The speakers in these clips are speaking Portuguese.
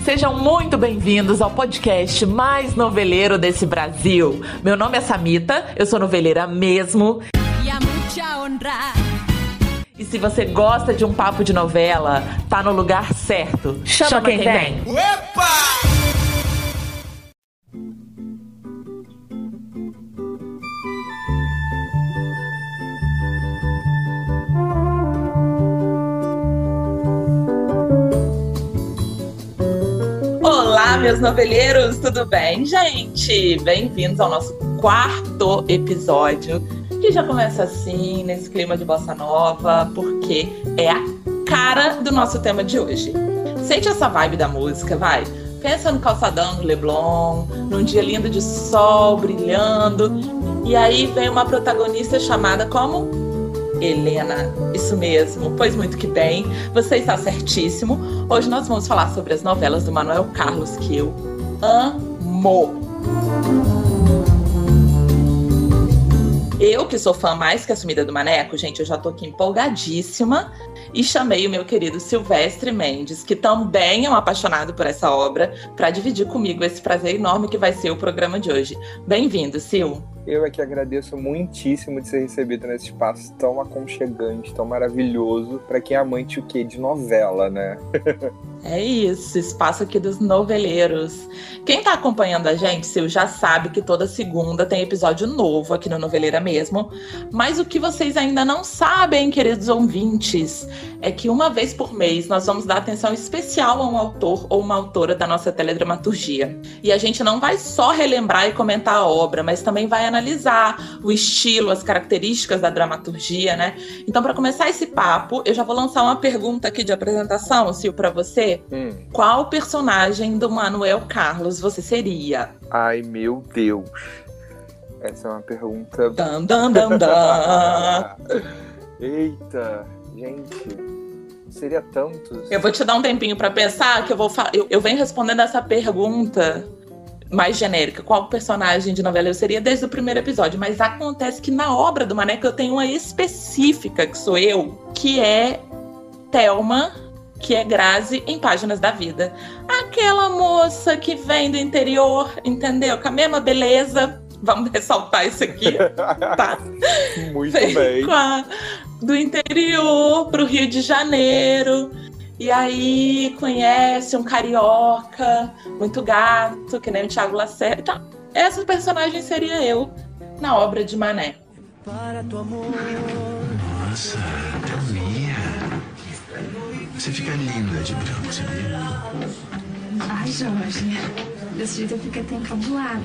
Sejam muito bem-vindos ao podcast mais noveleiro desse Brasil. Meu nome é Samita, eu sou noveleira mesmo. E se você gosta de um papo de novela, tá no lugar certo. Chama quem vem. Opa! Olá, meus noveleiros, tudo bem, gente? Bem-vindos ao nosso quarto episódio, que já começa assim, nesse clima de bossa nova, porque é a cara do nosso tema de hoje. Sente essa vibe da música, vai. Pensa no calçadão do Leblon, num dia lindo de sol, brilhando, e aí vem uma protagonista chamada como Helena. Isso mesmo, pois muito que bem, você está certíssimo. Hoje nós vamos falar sobre as novelas do Manuel Carlos, que eu amo. Eu, que sou fã mais que assumida do Maneco, gente, eu já tô aqui empolgadíssima e chamei o meu querido Silvestre Mendes, que também é um apaixonado por essa obra, para dividir comigo esse prazer enorme que vai ser o programa de hoje. Bem-vindo, Sil. Eu é que agradeço muitíssimo de ser recebido nesse espaço tão aconchegante, tão maravilhoso, para quem é amante o quê? De novela, né? É isso, espaço aqui dos noveleiros. Quem tá acompanhando a gente, Sil, já sabe que toda segunda tem episódio novo aqui no Noveleira mesmo. Mas o que vocês ainda não sabem, queridos ouvintes, é que uma vez por mês nós vamos dar atenção especial a um autor ou uma autora da nossa teledramaturgia. E a gente não vai só relembrar e comentar a obra, mas também vai analisar o estilo, as características da dramaturgia, né? Então, para começar esse papo, eu já vou lançar uma pergunta aqui de apresentação, Sil, para você. Qual personagem do Manuel Carlos você seria? Ai, meu Deus. Essa é uma pergunta... Dan, dan, dan, dan. Eita, gente... Seria tantos. Eu vou te dar um tempinho para pensar, que eu venho respondendo essa pergunta mais genérica. Qual personagem de novela eu seria desde o primeiro episódio? Mas acontece que na obra do Maneco eu tenho uma específica, que sou eu, que é Thelma, que é Grazi em Páginas da Vida. Aquela moça que vem do interior, entendeu? Com a mesma beleza. Vamos ressaltar isso aqui. Tá. Muito bem. Do interior pro Rio de Janeiro. E aí conhece um carioca, muito gato, que nem o Thiago Lacerda. Então, essa personagem seria eu na obra de Maneco. Para tu amor. Nossa, Thelminha. Você fica linda de branco, sabia? Ai, Jorge, desse jeito eu fico até encabulada.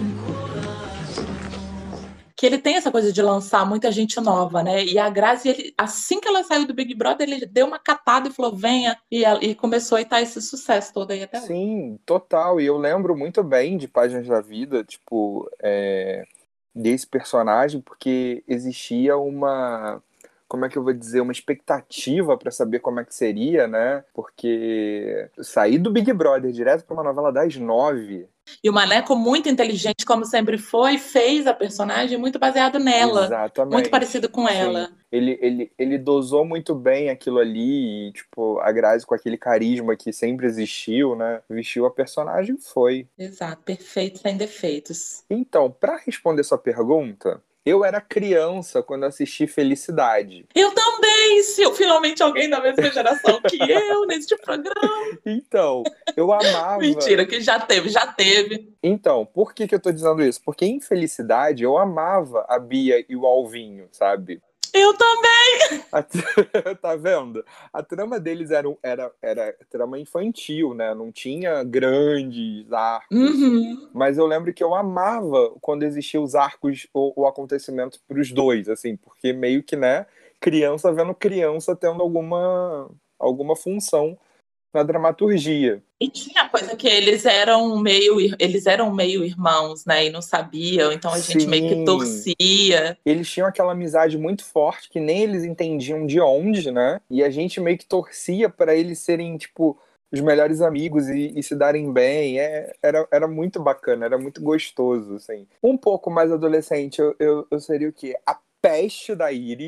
Que ele tem essa coisa de lançar muita gente nova, né? E a Grazi, assim que ela saiu do Big Brother, ele deu uma catada e falou, venha. E começou a estar esse sucesso todo aí até hoje. Sim, total. E eu lembro muito bem de Páginas da Vida, tipo, desse personagem, porque existia uma... Como é que eu vou dizer? Uma expectativa para saber como é que seria, né? Porque sair do Big Brother direto para uma novela das 9... E o Maneco, muito inteligente, como sempre foi, fez a personagem muito baseado nela. Exatamente. Muito parecido com ela. Ele dosou muito bem aquilo ali, e, tipo, a Grazi com aquele carisma que sempre existiu, né? Vestiu a personagem, foi. Exato, perfeito, sem defeitos. Então, para responder sua pergunta, eu era criança quando assisti Felicidade. Eu também, Sil, finalmente alguém da mesma geração que eu neste programa. Então, eu amava... Mentira, que já teve. Então, por que eu tô dizendo isso? Porque em Felicidade eu amava a Bia e o Alvinho, sabe? Eu também! Tá vendo? A trama deles era trama infantil, né? Não tinha grandes arcos. Uhum. Mas eu lembro que eu amava quando existiam os arcos, o acontecimento pros dois, assim, porque meio que, né, criança vendo criança tendo alguma função na dramaturgia. E tinha coisa que eles eram meio irmãos, né? E não sabiam, então a gente meio que torcia. Eles tinham aquela amizade muito forte que nem eles entendiam de onde, né? E a gente meio que torcia para eles serem, tipo, os melhores amigos e se darem bem. Era muito bacana, era muito gostoso, assim. Um pouco mais adolescente, eu seria o quê? A peste da Iris.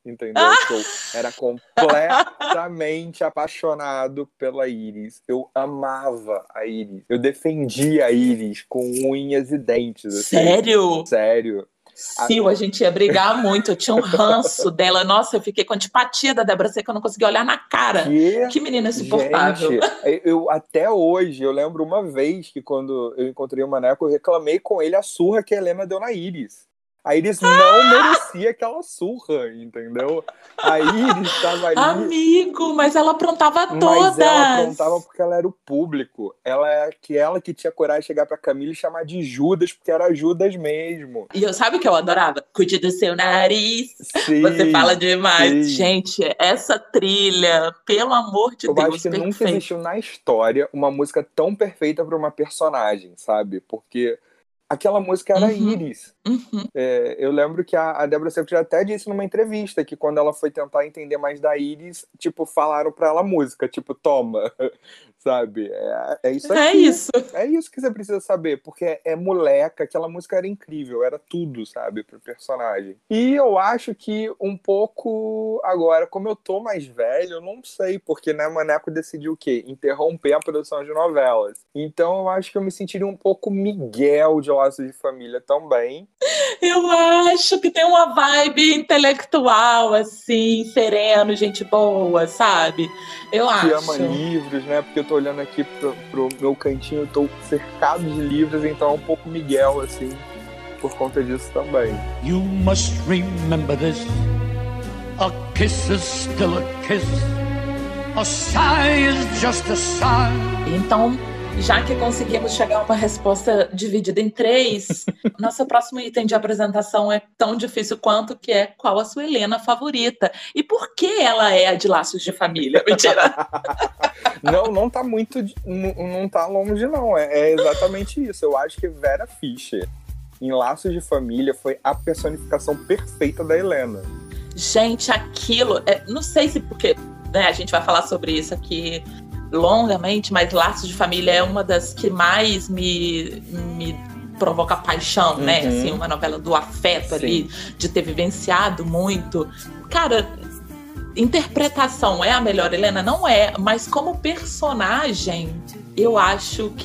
entendeu? Eu era completamente apaixonado pela Iris. Eu amava a Iris. Eu defendia a Iris com unhas e dentes, assim. Sério? Sério. Sil, a gente ia brigar muito. Eu tinha um ranço dela. Nossa, eu fiquei com antipatia da Débora Seco, eu não conseguia olhar na cara. Que menina insuportável. Gente, eu até hoje, eu lembro uma vez que quando eu encontrei o Maneco, eu reclamei com ele a surra que a Helena deu na Iris. A Iris não merecia aquela surra, entendeu? A Iris estava ali... Amigo, mas ela aprontava todas. Mas ela aprontava porque ela era o público. Ela que tinha coragem de chegar pra Camila e chamar de Judas, porque era Judas mesmo. E eu sabe o que eu adorava? Cuide do seu nariz. Sim, você fala demais. sim. Gente, essa trilha, pelo amor de eu Deus, acho que perfeito. nunca existiu na história uma música tão perfeita pra uma personagem, sabe? Porque aquela música era Iris. Eu lembro que a Débora Seco já até disse numa entrevista que quando ela foi tentar entender mais da Iris, tipo, falaram pra ela a música, tipo, toma, sabe? É isso aqui. É isso. É isso que você precisa saber, porque é moleca, aquela música era incrível, era tudo, sabe, pro personagem. E eu acho que um pouco agora, como eu tô mais velho, eu não sei, porque, né, Maneco decidiu o quê? Interromper a produção de novelas. Então eu acho que eu me sentiria um pouco Miguel de Laços de Família também. Eu acho que tem uma vibe intelectual, assim, sereno, gente boa, sabe? Eu acho. Que ama livros, né? Porque eu tô olhando aqui pro meu cantinho, eu tô cercado de livros, então é um pouco Miguel, assim, por conta disso também. You must remember this. A kiss is still a kiss. A sigh is just a sigh. Então, já que conseguimos chegar a uma resposta dividida em 3, nosso próximo item de apresentação é tão difícil quanto, que é qual a sua Helena favorita? E por que ela é a de Laços de Família? Mentira! Não tá muito... Não tá longe, não. É exatamente isso. Eu acho que Vera Fischer, em Laços de Família, foi a personificação perfeita da Helena. Gente, aquilo... não sei se porque... né, a gente vai falar sobre isso aqui longamente, mas Laços de Família é uma das que mais me provoca paixão, né? Assim, uma novela do afeto ali, de ter vivenciado muito. Cara, interpretação é a melhor, Helena? Não é, mas como personagem, eu acho que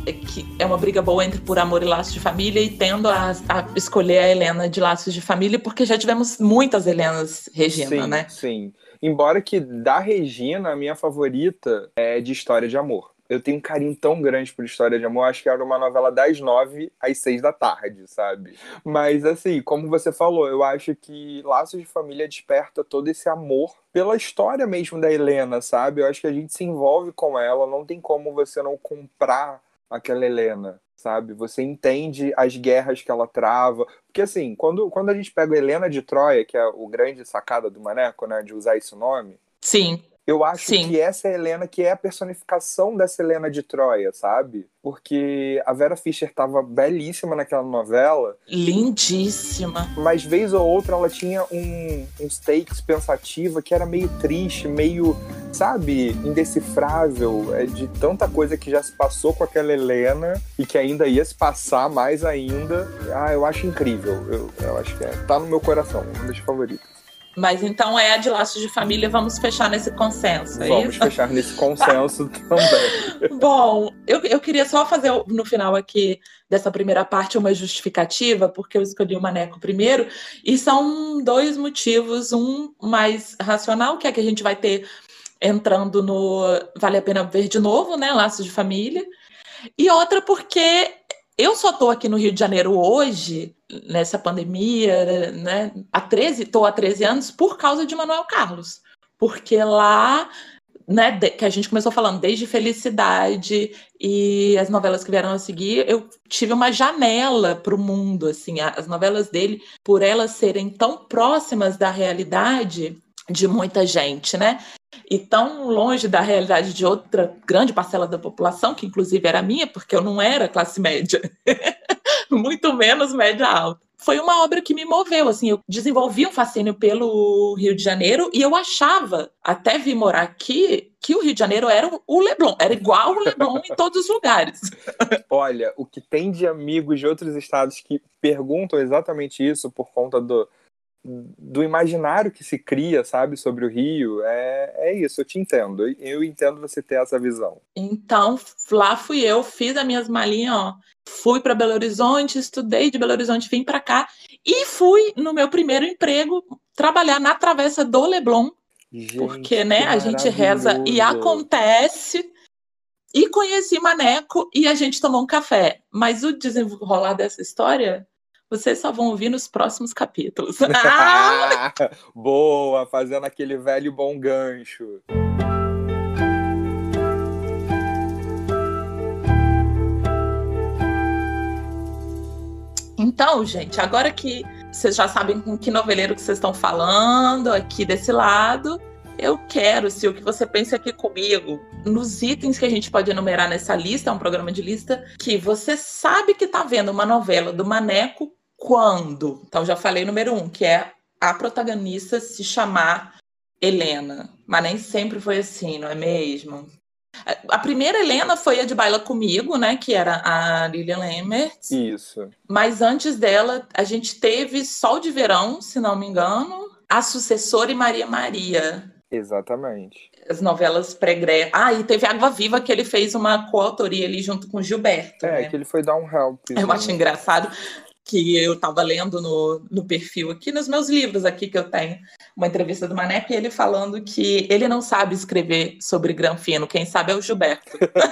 é uma briga boa entre Por Amor e Laços de Família, e tendo a escolher a Helena de Laços de Família, porque já tivemos muitas Helenas Regina, né? Sim. Embora que da Regina, a minha favorita é de História de Amor. Eu tenho um carinho tão grande por História de Amor, acho que era uma novela das 9 às 6 da tarde, sabe? Mas assim, como você falou, eu acho que Laços de Família desperta todo esse amor pela história mesmo da Helena, sabe? Eu acho que a gente se envolve com ela, não tem como você não comprar aquela Helena, sabe? Você entende as guerras que ela trava. Porque assim, quando a gente pega a Helena de Troia, que é o grande sacada do Maneco, né, de usar esse nome... Sim. Eu acho que essa é a Helena que é a personificação dessa Helena de Troia, sabe? Porque a Vera Fischer estava belíssima naquela novela. Lindíssima. Mas vez ou outra ela tinha um stakes pensativa que era meio triste, meio, sabe, indecifrável, de tanta coisa que já se passou com aquela Helena e que ainda ia se passar mais ainda. Eu acho incrível. Eu acho que tá no meu coração, uma das favoritas. Mas então é a de Laços de Família, vamos fechar nesse consenso, Vamos fechar nesse consenso também. Bom, eu queria só fazer no final aqui dessa primeira parte uma justificativa, porque eu escolhi o Maneco primeiro, e são 2 motivos, um mais racional, que é que a gente vai ter entrando no Vale a Pena Ver de novo, né, Laços de Família, e outra porque eu só tô aqui no Rio de Janeiro hoje, nessa pandemia, né? Tô há 13 anos por causa de Manuel Carlos. Porque lá, né, que a gente começou falando desde Felicidade e as novelas que vieram a seguir, eu tive uma janela para o mundo, assim, as novelas dele, por elas serem tão próximas da realidade de muita gente, né? E tão longe da realidade de outra grande parcela da população, que inclusive era minha, porque eu não era classe média, muito menos média alta. Foi uma obra que me moveu, assim, eu desenvolvi um fascínio pelo Rio de Janeiro e eu achava, até vir morar aqui, que o Rio de Janeiro era o Leblon, era igual o Leblon em todos os lugares. Olha, o que tem de amigos de outros estados que perguntam exatamente isso por conta do imaginário que se cria, sabe, sobre o Rio. É isso, eu te entendo. Eu entendo você ter essa visão. Então, lá fui eu, fiz as minhas malinhas, ó. Fui para Belo Horizonte, estudei de Belo Horizonte, vim para cá e fui no meu primeiro emprego trabalhar na Travessa do Leblon, porque, Gente, né, que a gente reza e maravilhoso. acontece. E conheci Maneco e a gente tomou um café. Mas o desenrolar dessa história, vocês só vão ouvir nos próximos capítulos. Ah! Boa, fazendo aquele velho e bom gancho. Então, gente, agora que vocês já sabem com que noveleiro que vocês estão falando aqui desse lado, eu quero, se o que você pensa aqui comigo, nos itens que a gente pode enumerar nessa lista, é um programa de lista, que você sabe que tá vendo uma novela do Maneco quando? Então, já falei número 1, que é a protagonista se chamar Helena. Mas nem sempre foi assim, não é mesmo? A primeira Helena foi a de Baila Comigo, né? Que era a Lilian Lemert. Isso. Mas antes dela, a gente teve Sol de Verão, se não me engano, A Sucessora e Maria Maria. Exatamente. As novelas pré-greve. Ah, e teve Água Viva, que ele fez uma coautoria ali junto com Gilberto, né? Que ele foi dar um help. Eu acho engraçado que eu estava lendo no perfil aqui, nos meus livros aqui que eu tenho, uma entrevista do Maneco, e ele falando que ele não sabe escrever sobre Granfino, quem sabe é o Gilberto.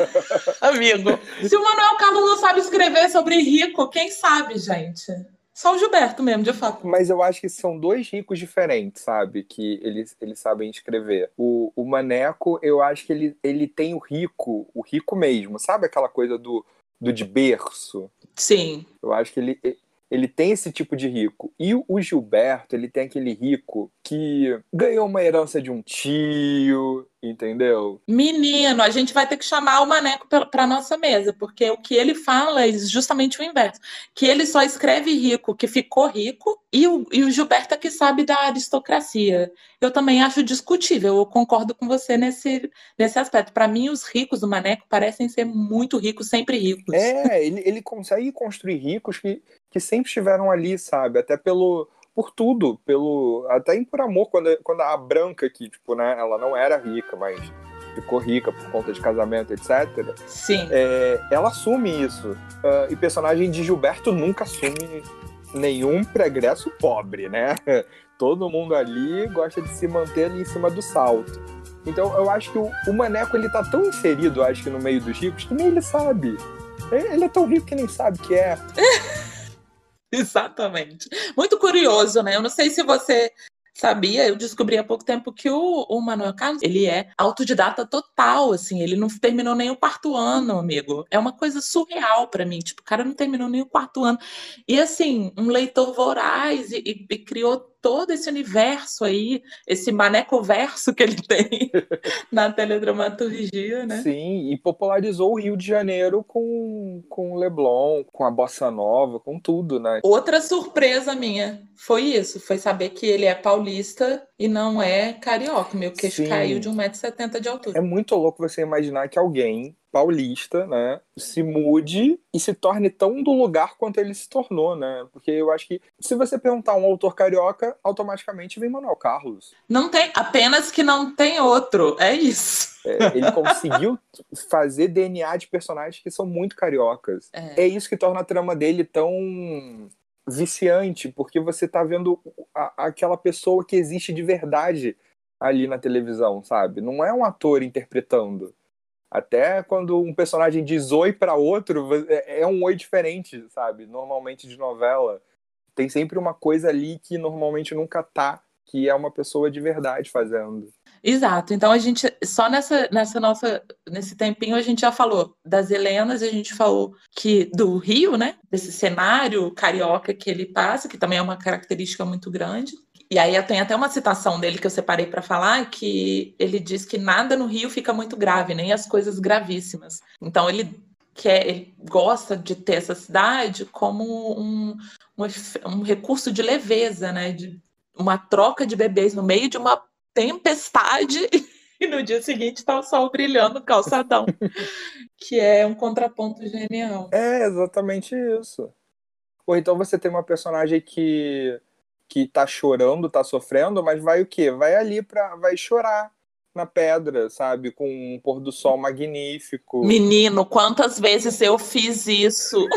Amigo, se o Manuel Carlos não sabe escrever sobre rico, quem sabe, gente? Só o Gilberto mesmo, de fato. Mas eu acho que são dois ricos diferentes, sabe? Que eles sabem escrever. O Maneco, eu acho que ele tem o rico mesmo. Sabe aquela coisa do de berço? Sim. Eu acho que ele tem esse tipo de rico. E o Gilberto, ele tem aquele rico que ganhou uma herança de um tio, entendeu? Menino, a gente vai ter que chamar o Maneco para nossa mesa, porque o que ele fala é justamente o inverso. Que ele só escreve rico, que ficou rico, e o Gilberto é que sabe da aristocracia. Eu também acho discutível, eu concordo com você nesse aspecto. Para mim, os ricos do Maneco parecem ser muito ricos, sempre ricos. Ele consegue construir ricos que sempre estiveram ali, sabe? Até por tudo, até por amor, quando a Branca, que, tipo, né, ela não era rica, mas ficou rica por conta de casamento, etc. Sim. Ela assume isso. E personagem de Gilberto nunca assume nenhum pregresso pobre, né? Todo mundo ali gosta de se manter ali em cima do salto. Então eu acho que o Maneco, ele tá tão inserido, acho que no meio dos ricos, que nem ele sabe. Ele é tão rico que nem sabe que é. Exatamente. Muito curioso, né? Eu não sei se você sabia, eu descobri há pouco tempo que o Manuel Carlos, ele é autodidata total, assim, ele não terminou nem o 4º ano, amigo. É uma coisa surreal pra mim, tipo, o cara não terminou nem o 4º ano. E, assim, um leitor voraz e criou todo esse universo aí, esse maneco-verso que ele tem na teledramaturgia, né? Sim, e popularizou o Rio de Janeiro com o Leblon, com a Bossa Nova, com tudo, né? Outra surpresa minha foi isso, foi saber que ele é paulista e não é carioca. Meu queixo Sim. caiu de 1,70 m de altura. É muito louco você imaginar que alguém paulista, né, se mude e se torne tão do lugar quanto ele se tornou, né? Porque eu acho que se você perguntar a um autor carioca, automaticamente vem Manuel Carlos. Não tem, apenas que não tem outro, é isso. Ele conseguiu fazer DNA de personagens que são muito cariocas. É isso que torna a trama dele tão viciante, porque você tá vendo aquela pessoa que existe de verdade ali na televisão, sabe? Não é um ator interpretando. Até quando um personagem diz oi para outro, é um oi diferente, sabe? Normalmente de novela. Tem sempre uma coisa ali que normalmente nunca tá, que é uma pessoa de verdade fazendo. Exato. Então a gente, só nesse tempinho, a gente já falou das Helenas, a gente falou do Rio, né? Desse cenário carioca que ele passa, que também é uma característica muito grande. E aí tem até uma citação dele que eu separei para falar, que ele diz que nada no Rio fica muito grave, nem as coisas gravíssimas. Então ele gosta de ter essa cidade como um recurso de leveza, né? De uma troca de bebês no meio de uma tempestade e no dia seguinte tá o sol brilhando no calçadão, que é um contraponto genial. É exatamente isso. Ou então você tem uma personagem que que tá chorando, tá sofrendo, mas vai o quê? Vai ali vai chorar na pedra, sabe? Com um pôr do sol magnífico. Menino, quantas vezes eu fiz isso?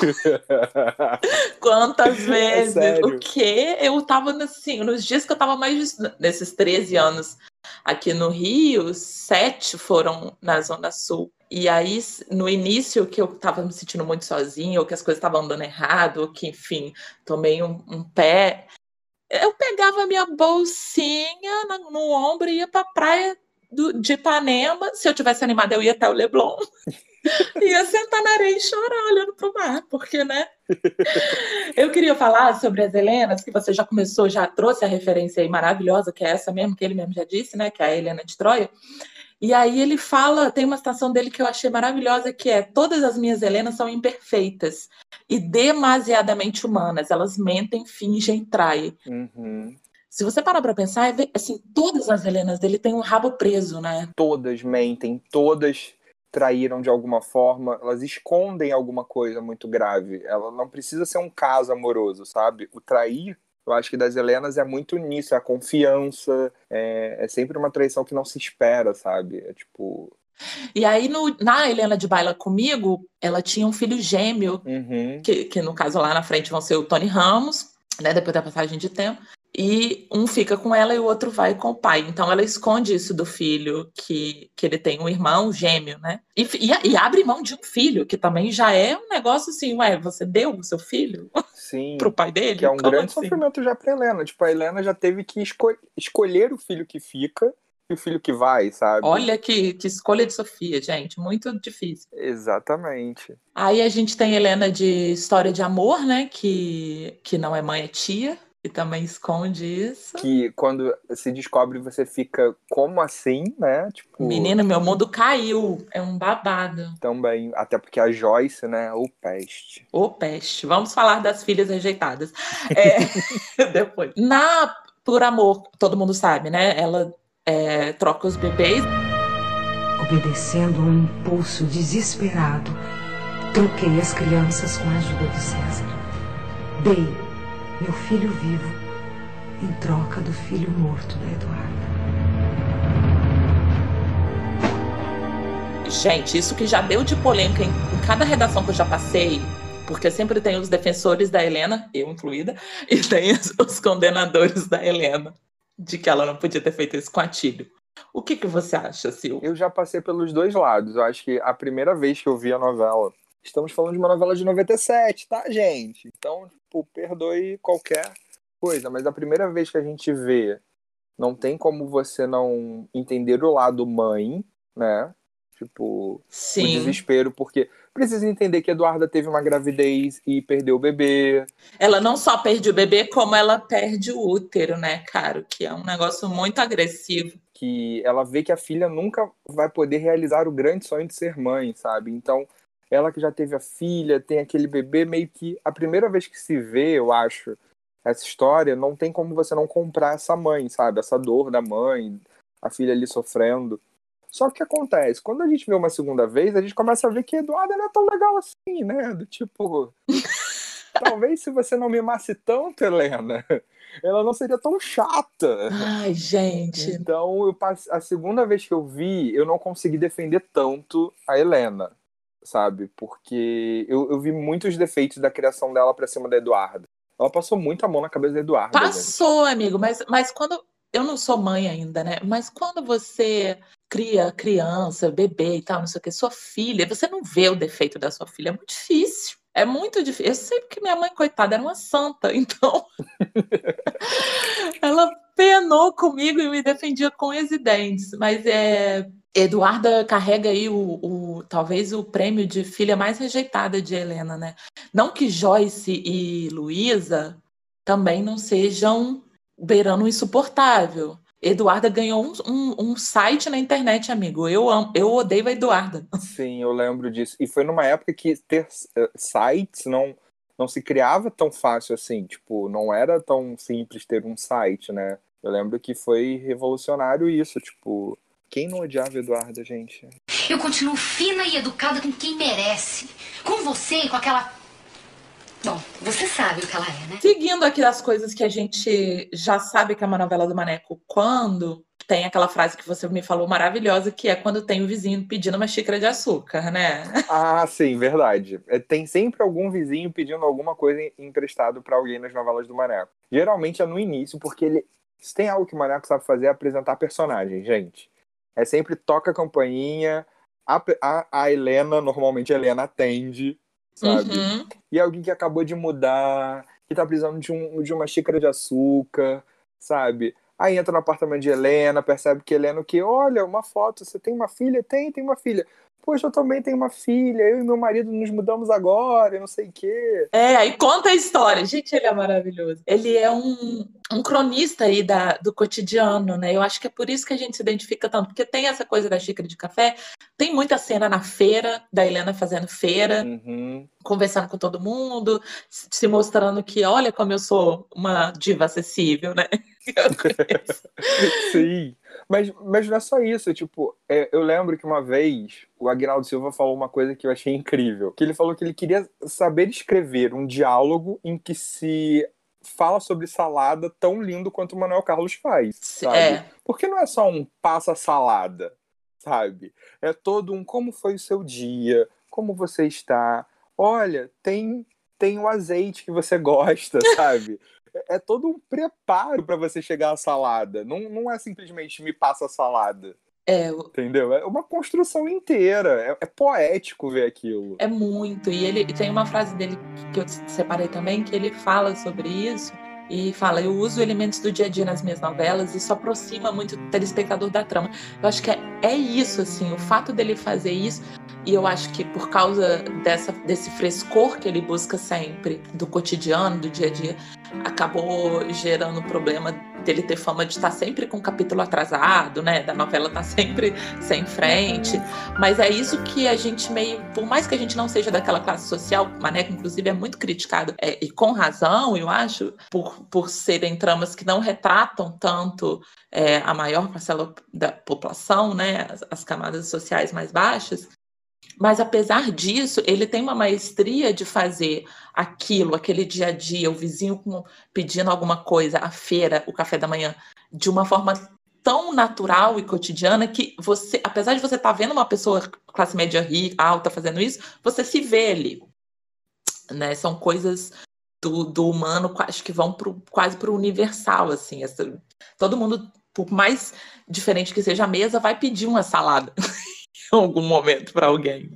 Quantas É vezes? O sério. quê? Eu tava assim, nos dias que eu tava nesses 13 anos aqui no Rio, 7 foram na Zona Sul. E aí, no início, que eu tava me sentindo muito sozinha, ou que as coisas estavam andando errado, ou que, enfim, tomei um pé, eu pegava a minha bolsinha no ombro e ia pra praia de Ipanema. Se eu tivesse animada, eu ia até o Leblon. Ia sentar na areia e chorar olhando pro mar, porque, né? Eu queria falar sobre as Helenas, que você já começou, já trouxe a referência aí maravilhosa, que é essa mesmo, que ele mesmo já disse, né? Que é a Helena de Troia. E aí ele fala, tem uma citação dele que eu achei maravilhosa, que é: todas as minhas Helenas são imperfeitas e demasiadamente humanas. Elas mentem, fingem, traem. Uhum. Se você parar pra pensar, assim, todas as Helenas dele têm um rabo preso, né? Todas mentem, todas traíram de alguma forma, elas escondem alguma coisa muito grave. Ela não precisa ser um caso amoroso, sabe? O trair, eu acho que das Helenas é muito nisso, é a confiança, é sempre uma traição que não se espera, sabe? É tipo... E aí, na Helena de Baila Comigo, ela tinha um filho gêmeo, Uhum. que no caso lá na frente vão ser o Tony Ramos, né, depois da passagem de tempo. E um fica com ela e o outro vai com o pai. Então ela esconde isso do filho, que ele tem um irmão gêmeo, né? E abre mão de um filho, que também já é um negócio assim, ué, você deu o seu filho Sim, pro pai dele? que é um Como grande assim? sofrimento já pra Helena. Tipo, a Helena já teve que escolher o filho que fica e o filho que vai, sabe? Olha que escolha de Sofia, gente, muito difícil. Exatamente. Aí a gente tem Helena de História de Amor, né? Que não é mãe, é tia. E também esconde isso. Que quando se descobre, você fica, como assim, né? Tipo, Menina, meu mundo caiu. É um babado. também, até porque a Joyce, né? Ô peste. Ô peste. Vamos falar das filhas rejeitadas. Depois. Por Amor, todo mundo sabe, né? Ela troca os bebês. Obedecendo a um impulso desesperado, troquei as crianças com a ajuda de César. Dei meu filho vivo em troca do filho morto da Eduarda. Gente, isso que já deu de polêmica em cada redação que eu já passei, porque sempre tem os defensores da Helena, eu incluída, e tem os condenadores da Helena, de que ela não podia ter feito isso com Atílio. O que você acha, Sil? Eu já passei pelos dois lados. Eu acho que a primeira vez que eu vi a novela... Estamos falando de uma novela de 97, tá, gente? Então, tipo, perdoe qualquer coisa. Mas a primeira vez que a gente vê, não tem como você não entender o lado mãe, né? Tipo, Sim. O desespero, porque precisa entender que Eduarda teve uma gravidez e perdeu o bebê. Ela não só perde o bebê, como ela perde o útero, né, cara? Que é um negócio muito agressivo. Que ela vê que a filha nunca vai poder realizar o grande sonho de ser mãe, sabe? Então, ela que já teve a filha, tem aquele bebê, meio que a primeira vez que se vê, eu acho, essa história, não tem como você não comprar essa mãe, sabe? Essa dor da mãe, a filha ali sofrendo. Só que o que acontece? Quando a gente vê uma segunda vez, a gente começa a ver que Eduarda não é tão legal assim, né? Do tipo... Talvez se você não mimasse tanto, Helena, ela não seria tão chata. Ai, gente. Então, a segunda vez que eu vi, eu não consegui defender tanto a Helena, sabe? Porque eu vi muitos defeitos da criação dela pra cima da Eduarda. Ela passou muito a mão na cabeça da Eduarda. Passou, gente. Amigo, mas quando... Eu não sou mãe ainda, né? Mas quando você cria criança, bebê e tal, não sei o que, sua filha, você não vê o defeito da sua filha. É muito difícil. É muito difícil. Eu sei que minha mãe, coitada, era uma santa, então ela penou comigo e me defendia com unhas e dentes. Mas Eduarda carrega aí talvez o prêmio de filha mais rejeitada de Helena, né? Não que Joyce e Luísa também não sejam beirando o insuportável. Eduarda ganhou um site na internet, amigo. Eu odeio a Eduarda. Sim, eu lembro disso. E foi numa época que ter sites não se criava tão fácil assim. Tipo, não era tão simples ter um site, né? Eu lembro que foi revolucionário isso. Tipo, quem não odiava a Eduarda, gente? Eu continuo fina e educada com quem merece. Com você e com aquela Bom, você sabe o que ela é, né? Seguindo aqui as coisas que a gente já sabe que é uma novela do Maneco, quando tem aquela frase que você me falou maravilhosa, que é quando tem o vizinho pedindo uma xícara de açúcar, né? Ah, sim, verdade. Tem sempre algum vizinho pedindo alguma coisa emprestado pra alguém nas novelas do Maneco. Geralmente é no início, porque se tem algo que o Maneco sabe fazer é apresentar personagens, gente. É sempre toca a campainha, a Helena, normalmente a Helena atende, sabe? Uhum. E alguém que acabou de mudar, que tá precisando de uma xícara de açúcar, sabe? Aí entra no apartamento de Helena, percebe que Helena, olha, uma foto, você tem uma filha? Tem uma filha. Poxa, eu também tenho uma filha, eu e meu marido nos mudamos agora, eu não sei o quê. Aí conta a história. Gente, ele é maravilhoso. Ele é um cronista aí do cotidiano, né? Eu acho que é por isso que a gente se identifica tanto, porque tem essa coisa da xícara de café, tem muita cena na feira, da Helena fazendo feira, conversando com todo mundo, se mostrando que, olha como eu sou uma diva acessível, né? Sim, mas não é só isso, tipo, eu lembro que uma vez o Aguinaldo Silva falou uma coisa que eu achei incrível, que ele falou que ele queria saber escrever um diálogo em que se fala sobre salada tão lindo quanto o Manuel Carlos faz, sabe? Porque não é só um passa salada, sabe? É todo um como foi o seu dia, como você está, olha, tem o azeite que você gosta, sabe? É todo um preparo para você chegar à salada. Não é simplesmente me passa a salada. Entendeu? É uma construção inteira. É poético ver aquilo. É muito. E ele tem uma frase dele que eu separei também, que ele fala sobre isso. E fala, eu uso elementos do dia a dia nas minhas novelas, e isso aproxima muito o telespectador da trama. Eu acho que é isso, assim, o fato dele fazer isso, e eu acho que por causa desse frescor que ele busca sempre, do cotidiano, do dia a dia, acabou gerando o problema dele ter fama de estar sempre com o capítulo atrasado, né? Da novela estar sempre sem frente. Mas é isso que a gente meio... Por mais que a gente não seja daquela classe social, o Maneco, inclusive, é muito criticado, e com razão, eu acho, por serem tramas que não retratam tanto a maior parcela da população, né? As camadas sociais mais baixas. Mas, apesar disso, ele tem uma maestria de fazer aquele dia a dia, o vizinho pedindo alguma coisa, a feira, o café da manhã, de uma forma tão natural e cotidiana que você, apesar de você estar vendo uma pessoa classe média rica, alta fazendo isso, você se vê ali, né? São coisas do humano, acho que vão quase para o universal, assim. Todo mundo, por mais diferente que seja a mesa, vai pedir uma salada em algum momento para alguém.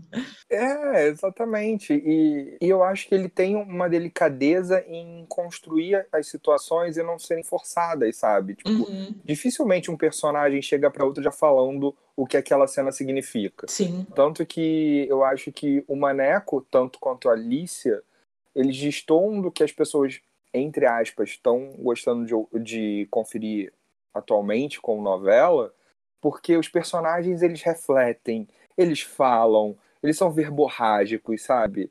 Exatamente. E eu acho que ele tem uma delicadeza em construir as situações e não serem forçadas, sabe? Tipo, dificilmente um personagem chega para outro já falando o que aquela cena significa. Sim. Tanto que eu acho que o Maneco, tanto quanto a Alicia, eles destoam do que as pessoas, entre aspas, estão gostando de conferir atualmente com novela, porque os personagens, eles refletem, eles falam, eles são verborrágicos, sabe?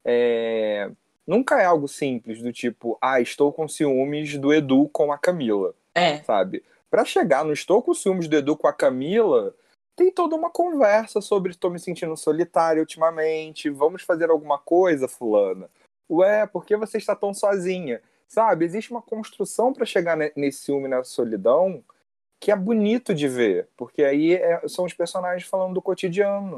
Nunca é algo simples, do tipo, estou com ciúmes do Edu com a Camila, sabe? Pra chegar no estou com ciúmes do Edu com a Camila, tem toda uma conversa sobre estou me sentindo solitário ultimamente, vamos fazer alguma coisa, fulana? Ué, por que você está tão sozinha? Sabe, existe uma construção para chegar nesse ciúme, nessa solidão, que é bonito de ver, porque aí são os personagens falando do cotidiano.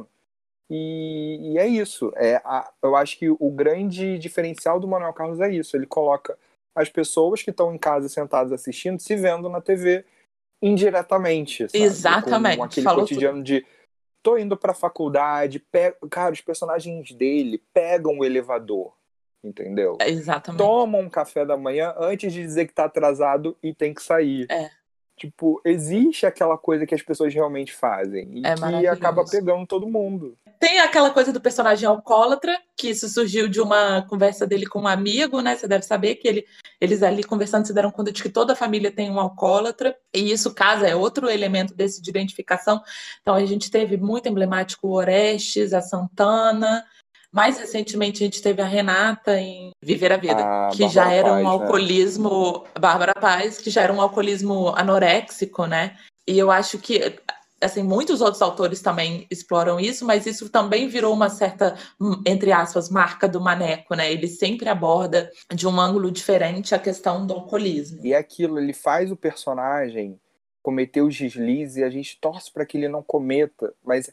E é isso. Eu acho que o grande diferencial do Manuel Carlos é isso. Ele coloca as pessoas que estão em casa sentadas assistindo, se vendo na TV indiretamente, sabe? Exatamente. Com aquele cotidiano de tô indo pra faculdade, cara, os personagens dele pegam o elevador, entendeu? Exatamente. Tomam um café da manhã antes de dizer que tá atrasado e tem que sair. Tipo, existe aquela coisa que as pessoas realmente fazem e que acaba pegando todo mundo. Tem aquela coisa do personagem alcoólatra, que isso surgiu de uma conversa dele com um amigo, né? Você deve saber que eles ali conversando se deram conta de que toda a família tem um alcoólatra, e isso casa, é outro elemento desse de identificação. Então a gente teve muito emblemático o Orestes, a Santana. Mais recentemente, a gente teve a Renata em Viver a Vida, que já era um alcoolismo... Bárbara Paz, que já era um alcoolismo anoréxico, né? E eu acho que assim, muitos outros autores também exploram isso, mas isso também virou uma certa, entre aspas, marca do Maneco, né? Ele sempre aborda de um ângulo diferente a questão do alcoolismo. E é aquilo, ele faz o personagem cometer os deslizes e a gente torce para que ele não cometa, mas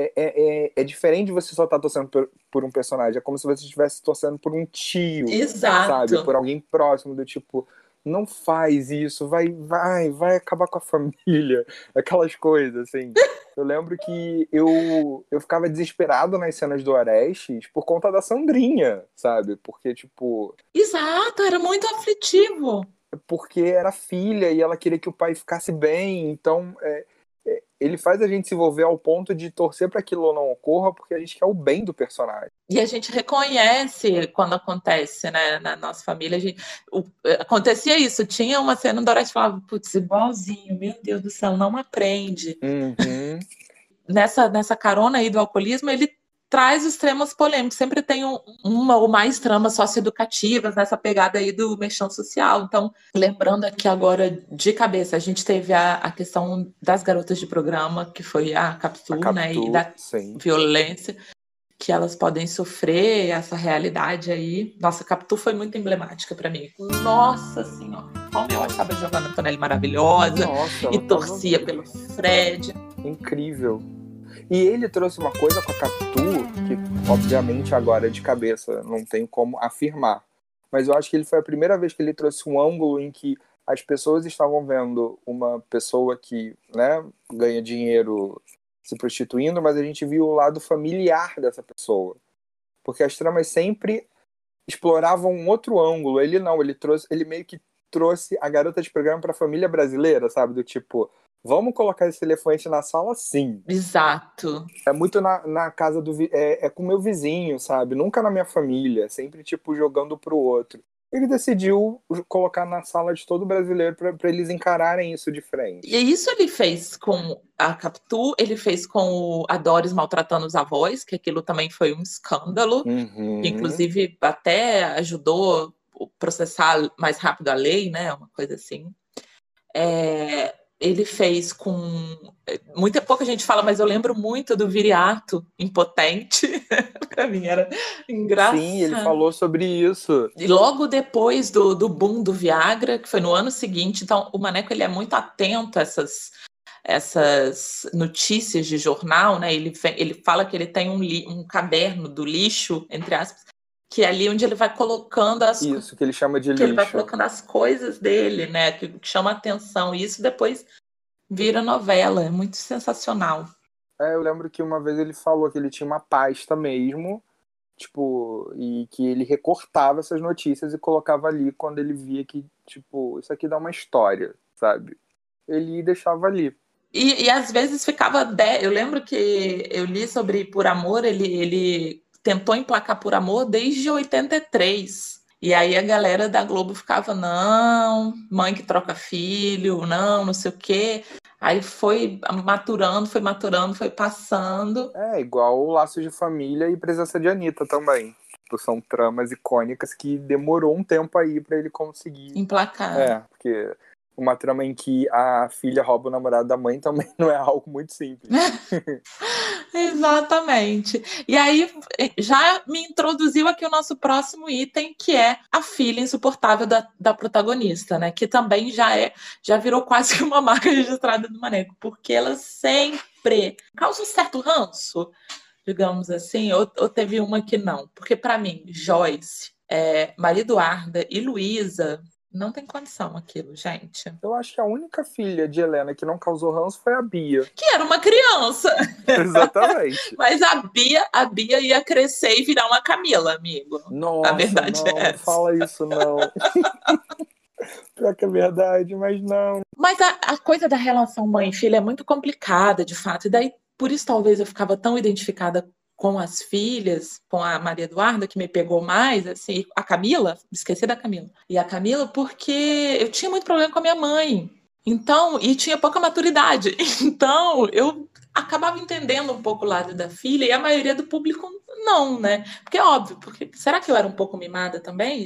é diferente de você só estar torcendo por um personagem, é como se você estivesse torcendo por um tio, Exato. sabe? Por alguém próximo, do tipo, não faz isso, vai acabar com a família, aquelas coisas, assim. Eu lembro que eu ficava desesperado nas cenas do Orestes por conta da Sandrinha, sabe? Porque, tipo... Exato, era muito aflitivo. Porque era filha e ela queria que o pai ficasse bem, então ele faz a gente se envolver ao ponto de torcer para que aquilo não ocorra, porque a gente quer o bem do personagem. E a gente reconhece quando acontece, né? Na nossa família, acontecia isso. Tinha uma cena do Orestes que falava, putz, igualzinho, meu Deus do céu, não aprende. Uhum. Nessa carona aí do alcoolismo, ele traz os temas polêmicos. Sempre tem uma ou mais tramas socioeducativas nessa pegada aí do mexão social. Então, lembrando aqui agora de cabeça, a gente teve a questão das garotas de programa, que foi a Capitu, né? E da violência que elas podem sofrer, essa realidade aí. Nossa, a Capitu foi muito emblemática para mim. Nossa Senhora, como eu achava a Giovanna Antonelli maravilhosa. Nossa, e torcia pelo Fred. Incrível. E ele trouxe uma coisa com a Capitu, que obviamente agora de cabeça não tem como afirmar, mas eu acho que ele foi a primeira vez que ele trouxe um ângulo em que as pessoas estavam vendo uma pessoa que, né, ganha dinheiro se prostituindo, mas a gente viu o lado familiar dessa pessoa. Porque as tramas sempre exploravam um outro ângulo. Ele não, ele meio que trouxe a garota de programa para a família brasileira, sabe? Do tipo, vamos colocar esse elefante na sala, sim. Exato. É muito na casa do... É com o meu vizinho, sabe? Nunca na minha família. Sempre, tipo, jogando pro outro. Ele decidiu colocar na sala de todo brasileiro para eles encararem isso de frente. E isso ele fez com a Capitu, ele fez com a Doris maltratando os avós, que aquilo também foi um escândalo. Uhum. Que, inclusive, até ajudou a processar mais rápido a lei, né? Uma coisa assim. Ele fez com... Muita pouca gente fala, mas eu lembro muito do Viriato impotente. Pra mim era engraçado. Sim, ele falou sobre isso. E logo depois do boom do Viagra, que foi no ano seguinte, então o Maneco ele é muito atento a essas notícias de jornal, né? Ele fala que ele tem um caderno do lixo, entre aspas, que é ali onde ele vai colocando isso, que ele chama de lixo. Que ele vai colocando as coisas dele, né? Que chama atenção. E isso depois vira novela. É muito sensacional. Eu lembro que uma vez ele falou que ele tinha uma pasta mesmo, tipo, e que ele recortava essas notícias e colocava ali quando ele via que, tipo, isso aqui dá uma história, sabe? Ele deixava ali. E às vezes ficava... Eu lembro que eu li sobre Por Amor, ele tentou emplacar Por Amor desde 83. E aí a galera da Globo ficava, não, mãe que troca filho, não sei o quê. Aí foi maturando, foi passando. Igual o Laços de Família e Presença de Anitta também. Tipo, são tramas icônicas que demorou um tempo aí pra ele conseguir emplacar. Porque uma trama em que a filha rouba o namorado da mãe também não é algo muito simples. Exatamente. E aí já me introduziu aqui o nosso próximo item, que é a filha insuportável da protagonista, né? Que também já virou quase que uma marca registrada do Maneco, porque ela sempre causa um certo ranço, digamos assim, ou teve uma que não. Porque para mim, Joyce, Maria Eduarda e Luísa não tem condição aquilo, gente. Eu acho que a única filha de Helena que não causou ranço foi a Bia. Que era uma criança. Exatamente. Mas a Bia ia crescer e virar uma Camila, amigo. Nossa, a verdade não fala isso, não. Pior que é verdade, mas não. Mas a coisa da relação mãe e filha é muito complicada, de fato. E daí, por isso, talvez eu ficava tão identificada com as filhas, com a Maria Eduarda, que me pegou mais, assim, a Camila, esqueci da Camila. E a Camila, porque eu tinha muito problema com a minha mãe. Então, e tinha pouca maturidade. Então, eu acabava entendendo um pouco o lado da filha, e a maioria do público não, né? Porque é óbvio, será que eu era um pouco mimada também, gente?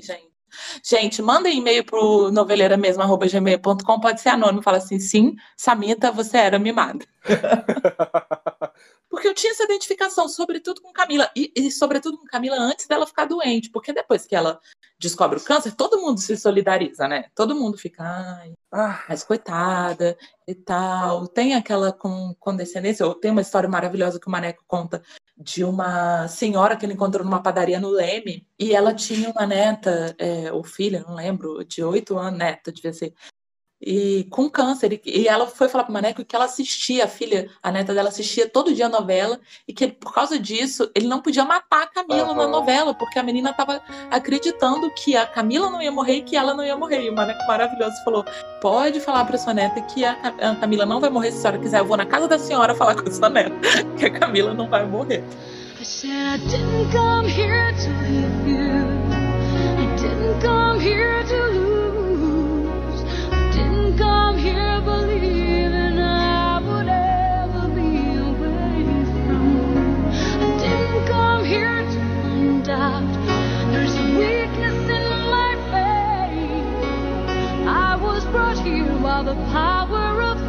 Gente, mandem e-mail pro noveleiramesmo@gmail.com, pode ser anônimo, fala assim, sim, Samita, você era mimada. Porque eu tinha essa identificação, sobretudo com Camila, e sobretudo com Camila antes dela ficar doente, porque depois que ela descobre o câncer, todo mundo se solidariza, né? Todo mundo fica, ai, mas coitada e tal. Tem aquela condescendência, tem uma história maravilhosa que o Maneco conta de uma senhora que ele encontrou numa padaria no Leme, e ela tinha uma neta, ou filha, não lembro, de 8 anos, neta, devia ser, e com câncer, e ela foi falar pro Maneco que ela assistia, a neta dela assistia todo dia a novela, e que por causa disso, ele não podia matar a Camila na novela, porque a menina tava acreditando que a Camila não ia morrer e que ela não ia morrer, e o Maneco maravilhoso falou, pode falar pra sua neta que a Camila não vai morrer, se a senhora quiser, eu vou na casa da senhora falar com a sua neta, que a Camila não vai morrer. I said I didn't come here to leave you, I didn't come here to lose, I didn't come here believing I would ever be away from you, I didn't come here to find out there's a weakness in my faith, I was brought here by the power of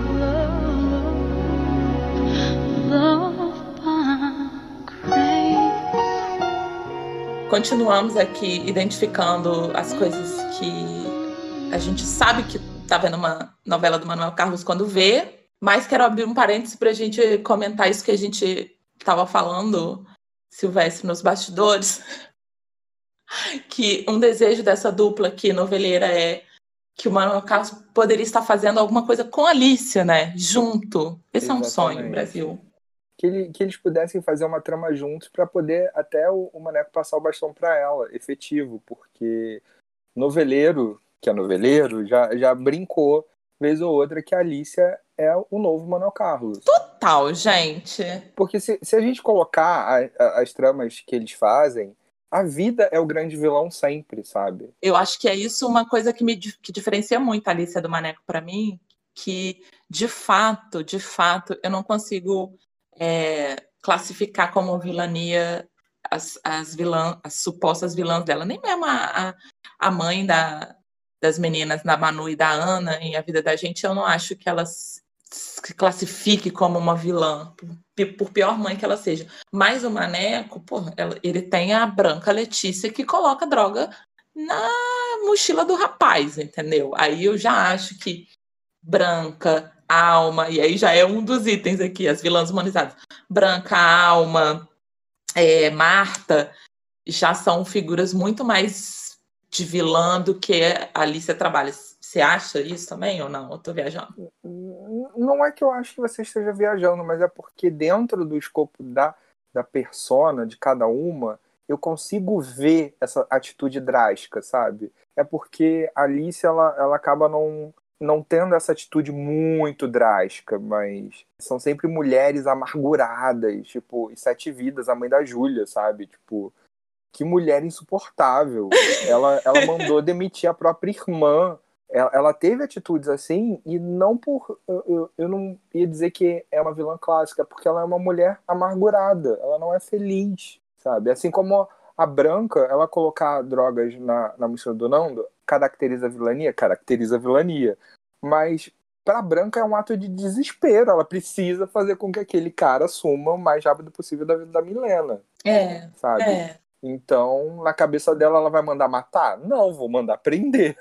love by grace. Continuamos aqui identificando as coisas que a gente sabe que tá vendo uma novela do Manuel Carlos quando vê, mas quero abrir um parêntese pra gente comentar isso que a gente tava falando, Silvestre, nos bastidores, que um desejo dessa dupla aqui noveleira é que o Manuel Carlos poderia estar fazendo alguma coisa com a Alicia, né? Junto. Esse é um sonho, Brasil. Que eles pudessem fazer uma trama juntos para poder até o Maneco passar o bastão para ela, efetivo, porque noveleiro, que é noveleiro, já brincou, vez ou outra, que a Alicia é o novo Manuel Carlos. Total, gente. Porque se a gente colocar as tramas que eles fazem, a vida é o grande vilão sempre, sabe? Eu acho que é isso uma coisa que diferencia muito a Alicia do Maneco para mim, que de fato, eu não consigo classificar como vilania as supostas vilãs dela, nem mesmo a mãe das meninas, da Manu e da Ana, em A Vida da Gente, eu não acho que ela se classifique como uma vilã, por pior mãe que ela seja. Mas o Maneco, ele tem a Branca Letícia que coloca droga na mochila do rapaz, entendeu? Aí eu já acho que Branca, Alma, e aí já é um dos itens aqui, as vilãs humanizadas. Branca, Alma, Marta, já são figuras muito mais de vilã do que a Alicia trabalha. Você acha isso também ou não? Eu tô viajando. Não é que eu acho que você esteja viajando, mas é porque dentro do escopo da persona de cada uma, eu consigo ver essa atitude drástica, sabe? É porque a Alicia, ela acaba não tendo essa atitude muito drástica, mas são sempre mulheres amarguradas, tipo, e Sete Vidas, a mãe da Júlia, sabe? Tipo, que mulher insuportável. Ela mandou demitir a própria irmã. Ela teve atitudes assim, e não por... Eu não ia dizer que é uma vilã clássica, porque ela é uma mulher amargurada, ela não é feliz, sabe? Assim como a Branca, ela colocar drogas na mochila do Nando, caracteriza a vilania. Mas pra Branca é um ato de desespero, ela precisa fazer com que aquele cara assuma o mais rápido possível da vida da Milena. Sabe? Então, na cabeça dela, ela vai mandar matar? Não, vou mandar prender.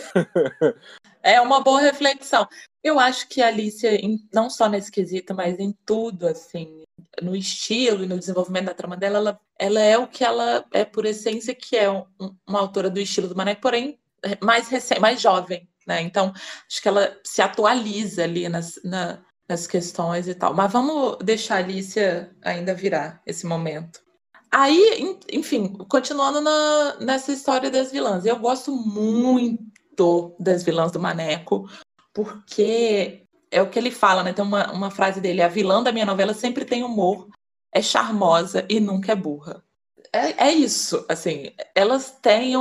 É uma boa reflexão. Eu acho que a Alicia, não só nesse quesito, mas em tudo, assim, no estilo e no desenvolvimento da trama dela, ela é o que ela é por essência, que é uma autora do estilo do Maneco, porém mais recente, mais jovem, né? Então, acho que ela se atualiza ali nas questões e tal. Mas vamos deixar a Alicia ainda virar esse momento. Aí, enfim, continuando nessa história das vilãs. Eu gosto muito das vilãs do Maneco, porque é o que ele fala, né? Tem uma frase dele: a vilã da minha novela sempre tem humor, é charmosa e nunca é burra. É isso, assim, elas têm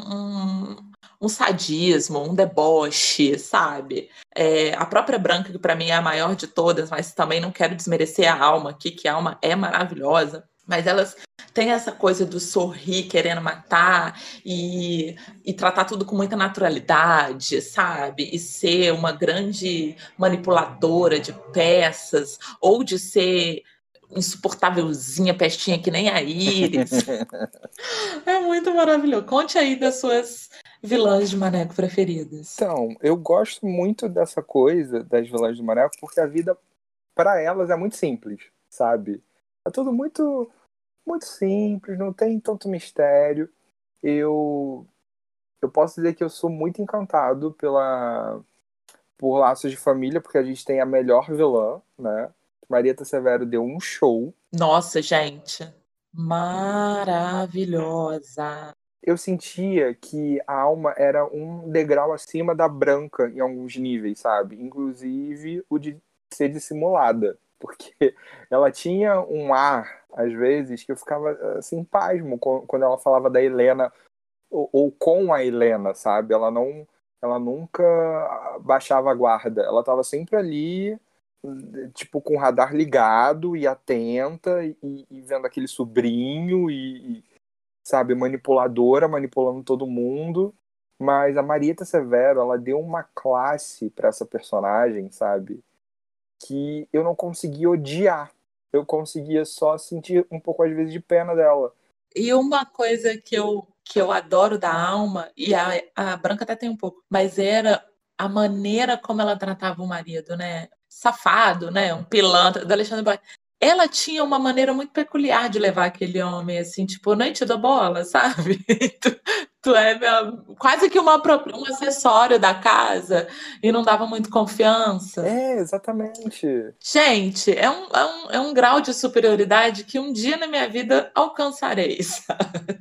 um sadismo, um deboche, sabe? A própria Branca, que pra mim é a maior de todas, mas também não quero desmerecer a Alma aqui, que a Alma é maravilhosa. Mas elas têm essa coisa do sorrir querendo matar e tratar tudo com muita naturalidade, sabe? E ser uma grande manipuladora de peças, ou de ser insuportávelzinha, pestinha que nem a Iris. É muito maravilhoso. Conte aí das suas vilãs de Maneco preferidas. Então, eu gosto muito dessa coisa das vilãs do Maneco, porque a vida, para elas, é muito simples, sabe? É tudo muito, muito simples, não tem tanto mistério. Eu posso dizer que eu sou muito encantado por Laços de Família, porque a gente tem a melhor vilã, né? Marieta Severo deu um show. Nossa, gente. Maravilhosa. Eu sentia que a Alma era um degrau acima da Branca em alguns níveis, sabe? Inclusive o de ser dissimulada. Porque ela tinha um ar, às vezes, que eu ficava assim, pasmo quando ela falava da Helena ou com a Helena, sabe? Ela nunca baixava a guarda. Ela estava sempre ali, tipo, com o radar ligado e atenta e vendo aquele sobrinho sabe, manipuladora, manipulando todo mundo. Mas a Marieta Severo, ela deu uma classe para essa personagem, sabe? Que eu não conseguia odiar. Eu conseguia só sentir um pouco, às vezes, de pena dela. E uma coisa que eu adoro da Alma, e a Branca até tem um pouco, mas era a maneira como ela tratava o marido, né? Safado, né? Um pilantra, do Alexandre Borges. Ela tinha uma maneira muito peculiar de levar aquele homem, assim, tipo, nem te dou bola, sabe? Tu é quase que um acessório da casa e não dava muito confiança. É, exatamente. Gente, é um grau de superioridade que um dia na minha vida alcançarei, sabe?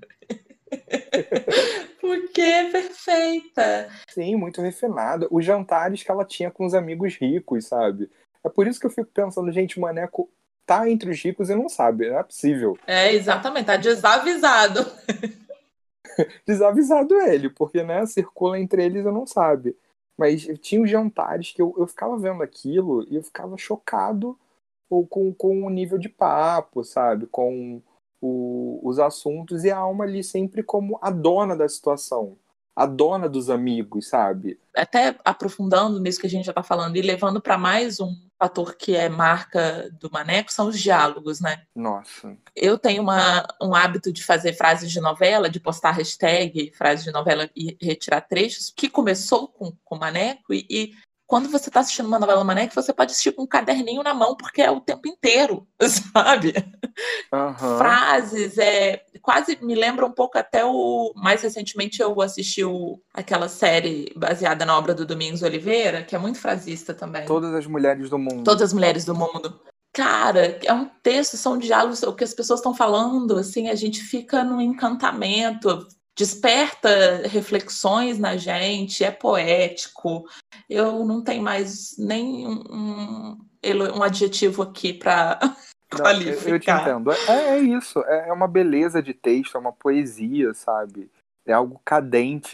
Porque é perfeita. Sim, muito refinada. Os jantares que ela tinha com os amigos ricos, sabe? É por isso que eu fico pensando, gente, o Maneco tá entre os ricos e não sabe, não é possível. É, exatamente, tá desavisado. Desavisado ele, porque, né, circula entre eles e não sabe. Mas tinha os jantares que eu ficava vendo aquilo e eu ficava chocado com o nível de papo, sabe? Com os assuntos e a Alma ali sempre como a dona da situação. A dona dos amigos, sabe? Até aprofundando nisso que a gente já tá falando e levando para mais um fator que é marca do Maneco, são os diálogos, né? Nossa. Eu tenho um hábito de fazer frases de novela, de postar hashtag frases de novela e retirar trechos, que começou com o Maneco e quando você está assistindo uma novela Maneco, você pode assistir com um caderninho na mão, porque é o tempo inteiro, sabe? Uhum. Frases, quase me lembra um pouco até mais recentemente eu assisti aquela série baseada na obra do Domingos Oliveira, que é muito frasista também. Todas as Mulheres do Mundo. Todas as Mulheres do Mundo. Cara, é um texto, são diálogos, o que as pessoas estão falando, assim, a gente fica num encantamento, desperta reflexões na gente, é poético. Eu não tenho mais nem um adjetivo aqui para qualificar. Eu te entendo. É isso. É uma beleza de texto, é uma poesia, sabe? É algo cadente.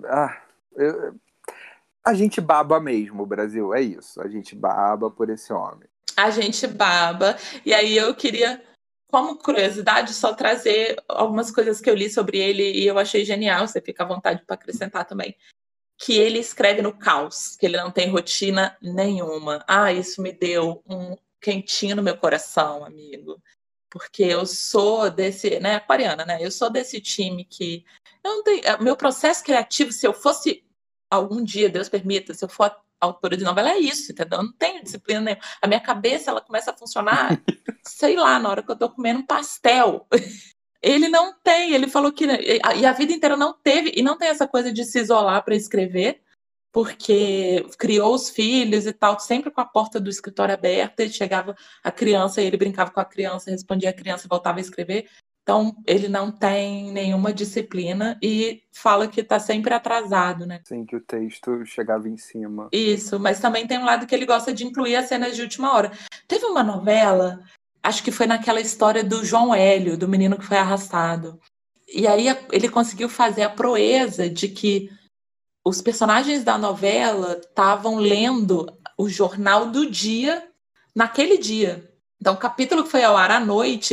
A gente baba mesmo, Brasil. É isso. A gente baba por esse homem. A gente baba. E aí eu queria, como curiosidade, só trazer algumas coisas que eu li sobre ele e eu achei genial. Você fica à vontade para acrescentar também. Que ele escreve no caos, que ele não tem rotina nenhuma. Isso me deu um quentinho no meu coração, amigo. Porque eu sou desse, né, aquariana, né? Eu sou desse time que eu não tenho, meu processo criativo, se eu fosse algum dia, Deus permita, se eu for autora de novela, é isso, entendeu? Eu não tenho disciplina nenhuma. A minha cabeça, ela começa a funcionar, sei lá, na hora que eu tô comendo um pastel. Ele não tem, ele falou que... E a vida inteira não teve, e não tem essa coisa de se isolar para escrever, porque criou os filhos e tal, sempre com a porta do escritório aberta, e chegava a criança e ele brincava com a criança, respondia a criança e voltava a escrever. Então, ele não tem nenhuma disciplina e fala que está sempre atrasado, né? Sim, que o texto chegava em cima. Isso, mas também tem um lado que ele gosta de incluir as cenas de última hora. Teve uma novela... Acho que foi naquela história do João Hélio, do menino que foi arrastado. E aí ele conseguiu fazer a proeza de que os personagens da novela estavam lendo o jornal do dia naquele dia. Então, o capítulo que foi ao ar à noite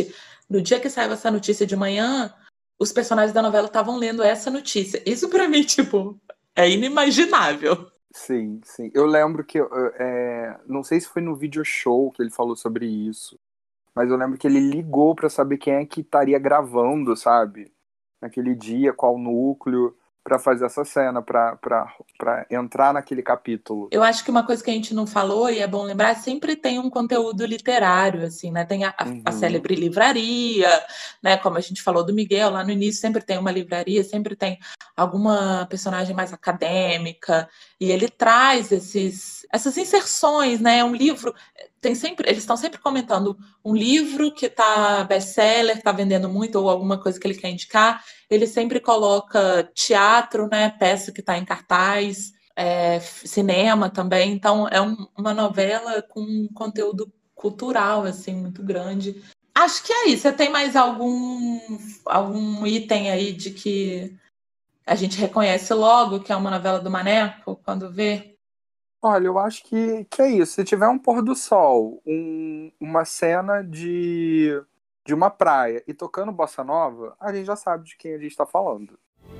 no dia que saiu essa notícia de manhã, os personagens da novela estavam lendo essa notícia. Isso pra mim, tipo, é inimaginável. Sim, sim. Eu lembro que, não sei se foi no video show que ele falou sobre isso, mas eu lembro que ele ligou pra saber quem é que estaria gravando, sabe? Naquele dia, qual núcleo, pra fazer essa cena, pra entrar naquele capítulo. Eu acho que uma coisa que a gente não falou, e é bom lembrar, sempre tem um conteúdo literário, assim, né? Tem a célebre livraria, né? Como a gente falou do Miguel lá no início, sempre tem uma livraria, sempre tem alguma personagem mais acadêmica, e ele traz essas inserções, né? Um livro, eles estão sempre comentando um livro que tá best-seller, está vendendo muito, ou alguma coisa que ele quer indicar. Ele sempre coloca teatro, né? Peça que está em cartaz, cinema também. Então, é uma novela com um conteúdo cultural, assim, muito grande. Acho que é isso. Você tem mais algum item aí de que a gente reconhece logo que é uma novela do Maneco, quando vê? Olha, eu acho que é isso. Se tiver um pôr do sol, uma cena de uma praia e tocando bossa nova, a gente já sabe de quem a gente está falando.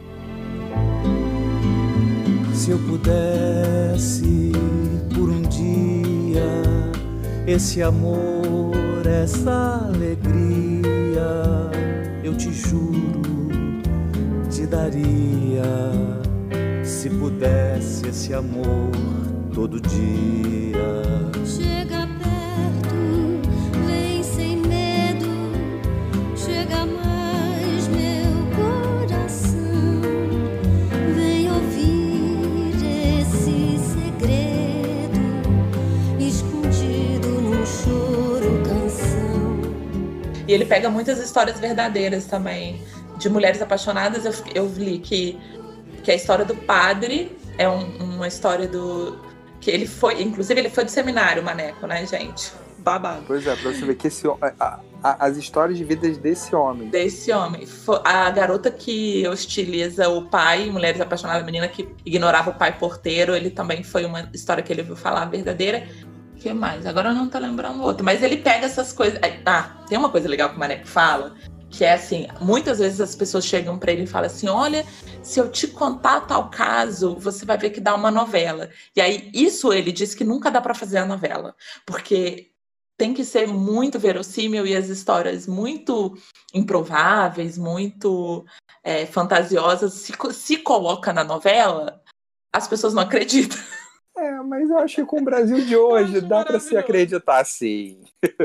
Se eu pudesse por um dia esse amor, essa alegria, eu te juro, te daria. Se pudesse esse amor todo dia. Chega perto, vem sem medo, chega mais meu coração, vem ouvir esse segredo, escondido num choro, canção. E ele pega muitas histórias verdadeiras também, de mulheres apaixonadas. Eu li que a história do padre é uma história que ele foi, inclusive ele foi do seminário, Maneco, né, gente? Babado. Pois é, pra você ver que as histórias de vida desse homem. A garota que hostiliza o pai, Mulheres Apaixonadas, a menina que ignorava o pai porteiro, ele também foi uma história que ele ouviu falar verdadeira. O que mais? Agora eu não tô lembrando outro. Mas ele pega essas coisas. Tem uma coisa legal que o Maneco fala, que é assim, muitas vezes as pessoas chegam pra ele e falam assim, olha, se eu te contar tal caso, você vai ver que dá uma novela. E aí, isso ele diz que nunca dá pra fazer a novela, porque tem que ser muito verossímil e as histórias muito improváveis, muito fantasiosas, se coloca na novela, as pessoas não acreditam. Mas eu acho que com o Brasil de hoje dá pra se acreditar, sim.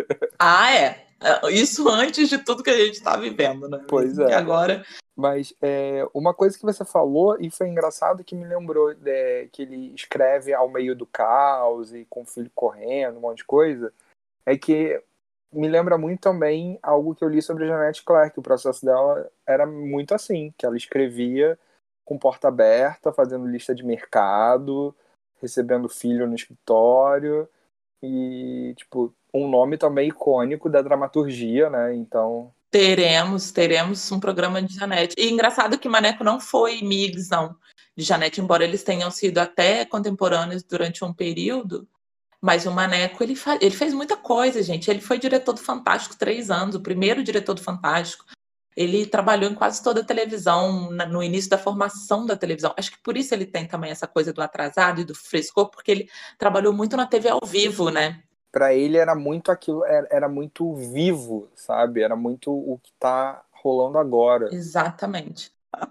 Isso antes de tudo que a gente tá vivendo, né? Pois é. Porque agora... Mas uma coisa que você falou, e foi engraçado, que me lembrou que ele escreve ao meio do caos e com o filho correndo, um monte de coisa, é que me lembra muito também algo que eu li sobre a Jeanette Clark. O processo dela era muito assim, que ela escrevia com porta aberta, fazendo lista de mercado, recebendo filho no escritório, e, tipo, um nome também icônico da dramaturgia, né? Então... Teremos um programa de Jeanette. E engraçado que Maneco não foi mix, não, de Jeanette, embora eles tenham sido até contemporâneos durante um período, mas o Maneco, ele fez muita coisa, gente. Ele foi diretor do Fantástico 3 anos, o primeiro diretor do Fantástico. Ele trabalhou em quase toda a televisão, no início da formação da televisão. Acho que por isso ele tem também essa coisa do atrasado e do frescor, porque ele trabalhou muito na TV ao vivo, né? Pra ele era muito aquilo, era muito vivo, sabe? Era muito o que tá rolando agora. Exatamente.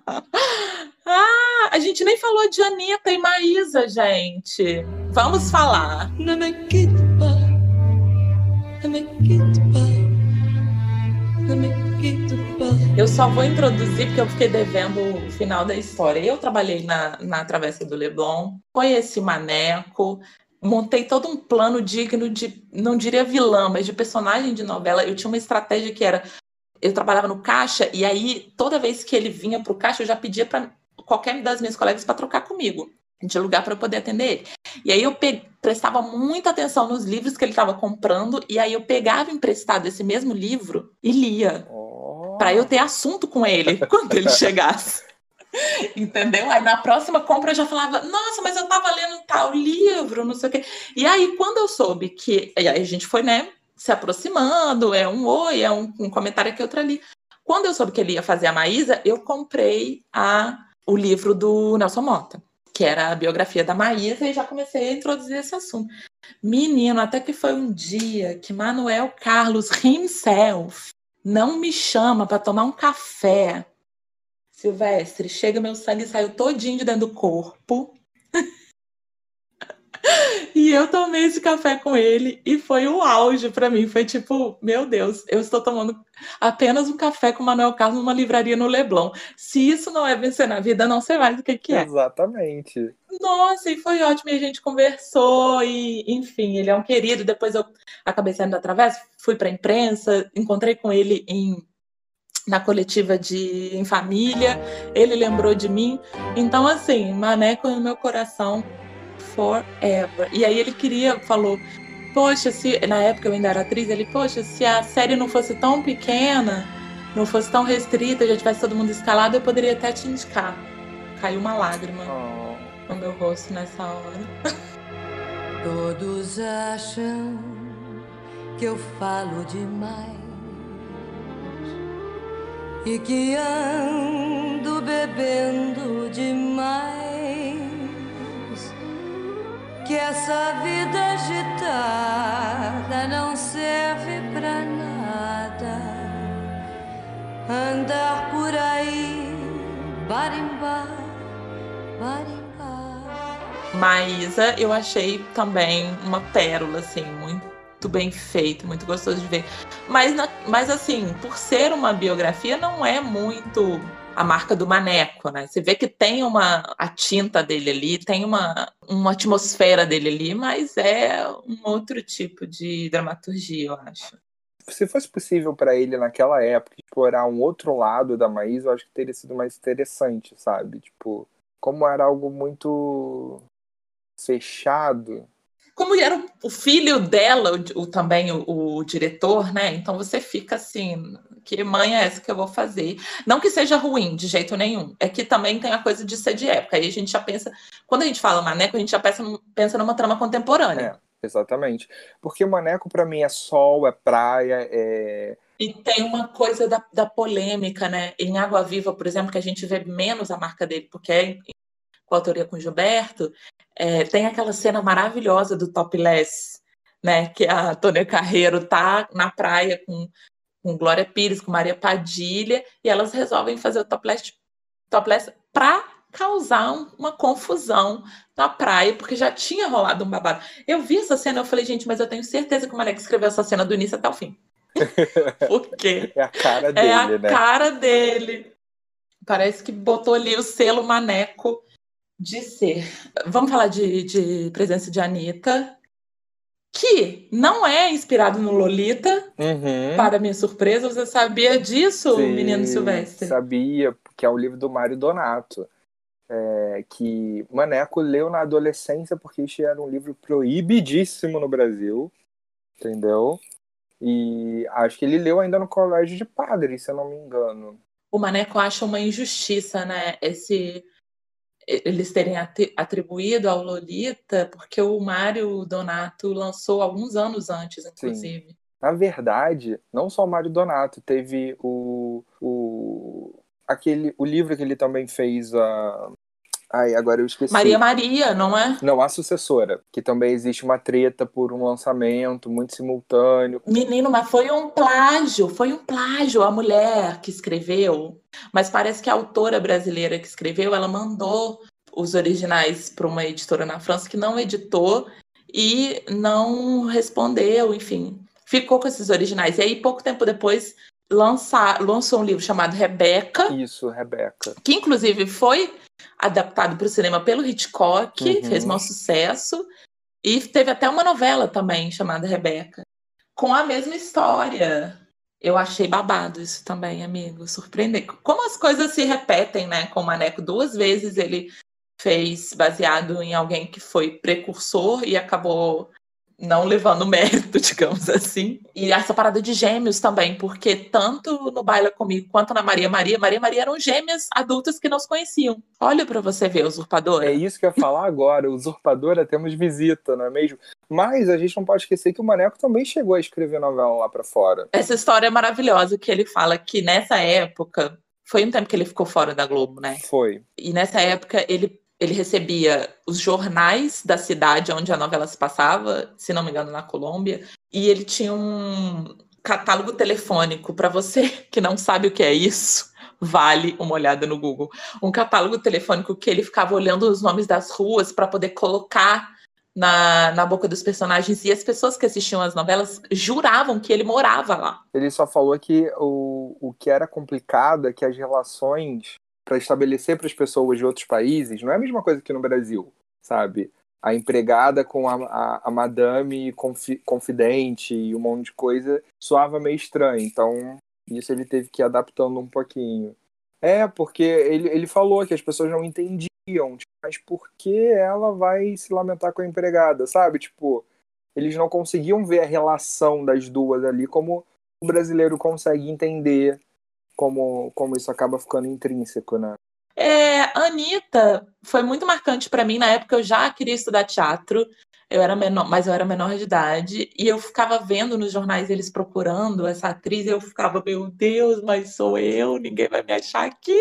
A gente nem falou de Anitta e Maísa, gente. Vamos falar. Eu só vou introduzir porque eu fiquei devendo o final da história. Eu trabalhei na Travessa do Leblon, conheci Maneco, montei todo um plano digno de, não diria vilã, mas de personagem de novela. Eu tinha uma estratégia que era, eu trabalhava no caixa, e aí toda vez que ele vinha pro caixa, eu já pedia para qualquer das minhas colegas para trocar comigo, de lugar para eu poder atender ele. E aí eu prestava muita atenção nos livros que ele estava comprando, e aí eu pegava emprestado esse mesmo livro e lia, para eu ter assunto com ele quando ele chegasse. Entendeu? Aí na próxima compra eu já falava, nossa, mas eu tava lendo tal livro, não sei o quê. E aí quando eu soube que... E aí a gente foi, né, se aproximando, é um oi, é um comentário aqui, outro ali. Quando eu soube que ele ia fazer a Maísa, eu comprei o livro do Nelson Motta, que era a biografia da Maísa, e já comecei a introduzir esse assunto. Menino, até que foi um dia que Manuel Carlos himself não me chama para tomar um café. Silvestre, chega, meu sangue saiu todinho de dentro do corpo. E eu tomei esse café com ele e foi o auge para mim. Foi tipo, meu Deus, eu estou tomando apenas um café com o Manuel Carlos numa livraria no Leblon. Se isso não é vencer na vida, não sei mais o que é. Exatamente. Nossa, e foi ótimo. E a gente conversou e, enfim, ele é um querido. Depois eu acabei saindo da Travessa, fui para a imprensa, encontrei com ele na coletiva Em Família. Ele lembrou de mim. Então, assim, Maneco no meu coração forever. E aí ele falou, poxa, na época eu ainda era atriz, poxa, se a série não fosse tão pequena, não fosse tão restrita, já tivesse todo mundo escalado, eu poderia até te indicar. Caiu uma lágrima no meu rosto nessa hora. Todos acham que eu falo demais e que ando bebendo demais, que essa vida agitada não serve pra nada, andar por aí, barimbá, barimbá. Maísa, eu achei também uma pérola, assim, muito bem feito, muito gostoso de ver. Mas assim, por ser uma biografia, não é muito a marca do Maneco, né? Você vê que tem a tinta dele ali, tem uma atmosfera dele ali, mas é um outro tipo de dramaturgia, eu acho. Se fosse possível para ele naquela época explorar um outro lado da Maísa, eu acho que teria sido mais interessante, sabe? Tipo, como era algo muito fechado. Como era o filho dela, também o diretor, né? Então você fica assim, que mãe é essa que eu vou fazer? Não que seja ruim, de jeito nenhum. É que também tem a coisa de ser de época. Aí a gente já pensa... Quando a gente fala Maneco, a gente já pensa numa trama contemporânea. Exatamente. Porque o Maneco, pra mim, é sol, é praia, é... E tem uma coisa da polêmica, né? Em Água Viva, por exemplo, que a gente vê menos a marca dele, porque é com a autoria com Gilberto, tem aquela cena maravilhosa do topless, né? Que a Tônia Carreiro tá na praia com Glória Pires, com Maria Padilha, e elas resolvem fazer o topless para causar uma confusão na praia, porque já tinha rolado um babado. Eu vi essa cena, eu falei, gente, mas eu tenho certeza que o Maneco escreveu essa cena do início até o fim. Por quê? É a cara dele, né? É a cara dele. Parece que botou ali o selo Maneco de ser. Vamos falar de presença de Anitta, que não é inspirado no Lolita, para minha surpresa. Você sabia disso, Sim, menino Silvestre? Sabia, porque é o livro do Mário Donato, que Maneco leu na adolescência, porque isso era um livro proibidíssimo no Brasil, entendeu? E acho que ele leu ainda no colégio de padre, se eu não me engano. O Maneco acha uma injustiça, né? Eles terem atribuído ao Lolita, porque o Mário Donato lançou alguns anos antes, inclusive. Sim. Na verdade, não só o Mário Donato, teve o livro que ele também fez, agora eu esqueci. Maria, não é? Não, A Sucessora, que também existe uma treta por um lançamento muito simultâneo. Menino, mas foi um plágio a mulher que escreveu, mas parece que a autora brasileira que escreveu, ela mandou os originais para uma editora na França que não editou e não respondeu, enfim, ficou com esses originais. E aí, pouco tempo depois, lançou um livro chamado Rebeca. Isso, Rebeca. Que, inclusive, foi adaptado para o cinema pelo Hitchcock, fez maior sucesso, e teve até uma novela também, chamada Rebeca, com a mesma história. Eu achei babado isso também, amigo, surpreendente. Como as coisas se repetem, né, com o Maneco. 2 vezes ele fez baseado em alguém que foi precursor e acabou não levando mérito, digamos assim. E essa parada de gêmeos também, porque tanto no Baila Comigo quanto na Maria eram gêmeas adultas que não se conheciam. Olha pra você ver, Usurpadora. É isso que eu ia falar agora. Usurpadora, temos visita, não é mesmo? Mas a gente não pode esquecer que o Maneco também chegou a escrever novela lá pra fora. Essa história é maravilhosa, que ele fala que nessa época, foi um tempo que ele ficou fora da Globo, né? Foi. E nessa época ele recebia os jornais da cidade onde a novela se passava, se não me engano, na Colômbia, e ele tinha um catálogo telefônico. Para você que não sabe o que é isso, vale uma olhada no Google. Um catálogo telefônico que ele ficava olhando os nomes das ruas para poder colocar na boca dos personagens, e as pessoas que assistiam as novelas juravam que ele morava lá. Ele só falou que o que era complicado é que as relações para estabelecer para as pessoas de outros países não é a mesma coisa que no Brasil, sabe? A empregada com a madame confidente e um monte de coisa soava meio estranho. Então, isso ele teve que ir adaptando um pouquinho. Porque ele falou que as pessoas não entendiam, tipo, mas por que ela vai se lamentar com a empregada, sabe? Tipo, eles não conseguiam ver a relação das duas ali como o brasileiro consegue entender. Como isso acaba ficando intrínseco, né? A Anitta foi muito marcante para mim. Na época eu já queria estudar teatro, mas eu era menor de idade, e eu ficava vendo nos jornais eles procurando essa atriz, e eu ficava, meu Deus, mas sou eu, ninguém vai me achar aqui.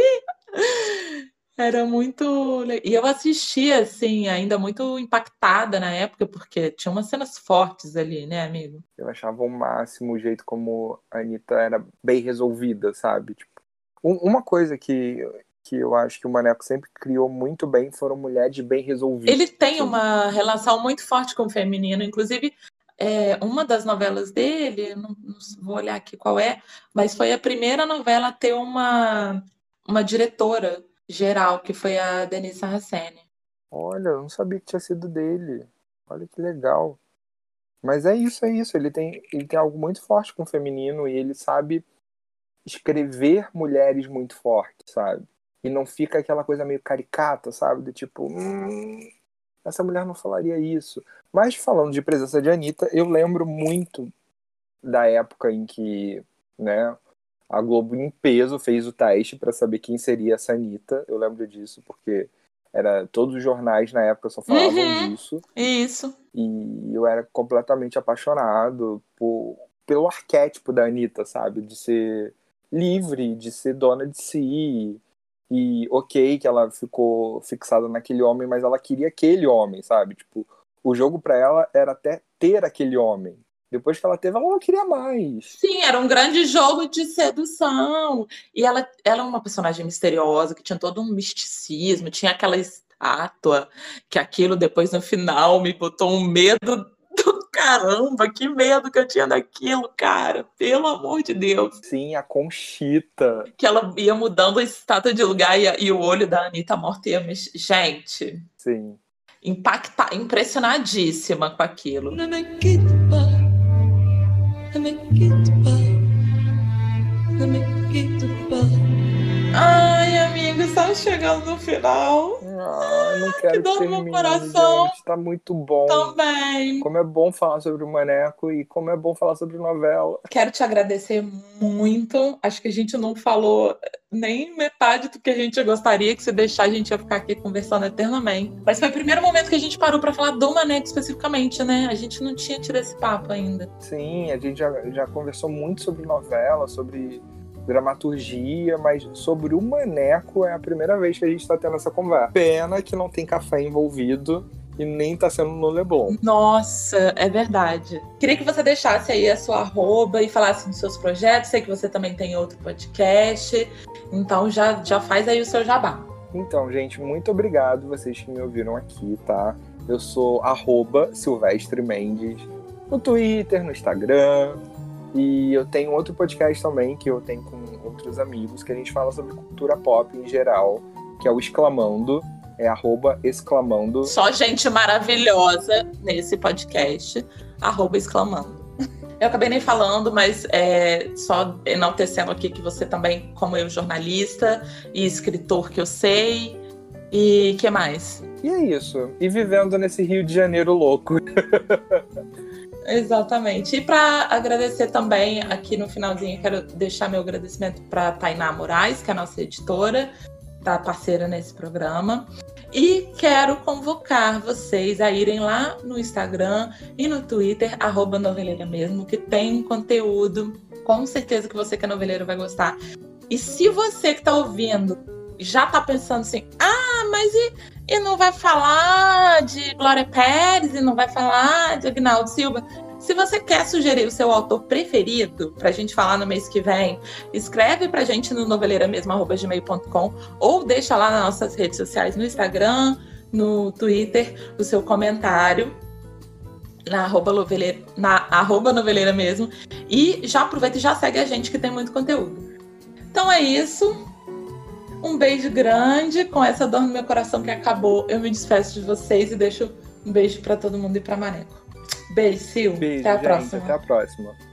Era muito... E eu assistia, assim, ainda muito impactada na época, porque tinha umas cenas fortes ali, né, amigo? Eu achava o máximo o jeito como a Anitta era bem resolvida, sabe? Tipo, uma coisa que eu acho que o Maneco sempre criou muito bem foram mulheres bem resolvidas. Ele tem uma relação muito forte com o feminino, inclusive... uma das novelas dele, não vou olhar aqui qual é, mas foi a primeira novela a ter uma diretora geral, que foi a Denise Sarraceni. Olha, eu não sabia que tinha sido dele. Olha que legal. Mas é isso. Ele tem algo muito forte com o feminino, e ele sabe escrever mulheres muito fortes, sabe? E não fica aquela coisa meio caricata, sabe? Do tipo, essa mulher não falaria isso. Mas falando de presença de Anitta, eu lembro muito da época em que, né, a Globo em peso fez o teste para saber quem seria essa Anitta. Eu lembro disso, porque todos os jornais na época só falavam disso. Isso. E eu era completamente apaixonado pelo arquétipo da Anitta, sabe? De ser livre, de ser dona de si. E ok que ela ficou fixada naquele homem, mas ela queria aquele homem, sabe? Tipo, o jogo para ela era até ter aquele homem. Depois que ela teve, ela não queria mais. Sim, era um grande jogo de sedução. E ela é uma personagem misteriosa, que tinha todo um misticismo, tinha aquela estátua, que aquilo depois no final me botou um medo do caramba, que medo que eu tinha daquilo, cara. Pelo amor de Deus. Sim, a Conchita. Que ela ia mudando a estátua de lugar e o olho da Anitta morta ia mexer. Gente. Sim. Impressionadíssima com aquilo. Ai, amigo, estamos chegando no final. Não quero que dor no termine, meu coração. gente. Tá muito bom. Também. Como é bom falar sobre o Maneco e como é bom falar sobre novela. Quero te agradecer muito. Acho que a gente não falou nem metade do que a gente gostaria, que se deixar a gente ia ficar aqui conversando eternamente. Mas foi o primeiro momento que a gente parou para falar do Maneco especificamente, né? A gente não tinha tido esse papo ainda. Sim, a gente já conversou muito sobre novela, sobre dramaturgia, mas sobre o Maneco é a primeira vez que a gente tá tendo essa conversa. Pena que não tem café envolvido e nem tá sendo no Leblon. Nossa, é verdade. Queria que você deixasse aí a sua arroba e falasse dos seus projetos. Sei que você também tem outro podcast, então já faz aí o seu jabá. Então, gente, muito obrigado vocês que me ouviram aqui, tá? Eu sou @Silvestre Mendes no Twitter, no Instagram. E eu tenho outro podcast também, que eu tenho com outros amigos, que a gente fala sobre cultura pop em geral, que é o Exclamando, @Exclamando. Só gente maravilhosa nesse podcast, @Exclamando. Eu acabei nem falando, mas só enaltecendo aqui que você também, como eu, jornalista e escritor que eu sei. E que mais? E é isso. E vivendo nesse Rio de Janeiro louco. Exatamente. E para agradecer também, aqui no finalzinho, quero deixar meu agradecimento para Tainá Moraes, que é a nossa editora, tá parceira nesse programa. E quero convocar vocês a irem lá no Instagram e no Twitter, @noveleira mesmo, que tem conteúdo. Com certeza que você que é noveleiro vai gostar. E se você que tá ouvindo já tá pensando assim, mas e não vai falar de Glória Pérez, e não vai falar de Agnaldo Silva? Se você quer sugerir o seu autor preferido pra gente falar no mês que vem, escreve pra gente no noveleira.gmail.com ou deixa lá nas nossas redes sociais, no Instagram, no Twitter, o seu comentário na @noveleira mesmo. E já aproveita e já segue a gente, que tem muito conteúdo. Então é isso. Um beijo grande. Com essa dor no meu coração que acabou, eu me despeço de vocês e deixo um beijo pra todo mundo e pra Maneco. Beijo, Sil. Beijo, até a gente, próxima. Até a próxima.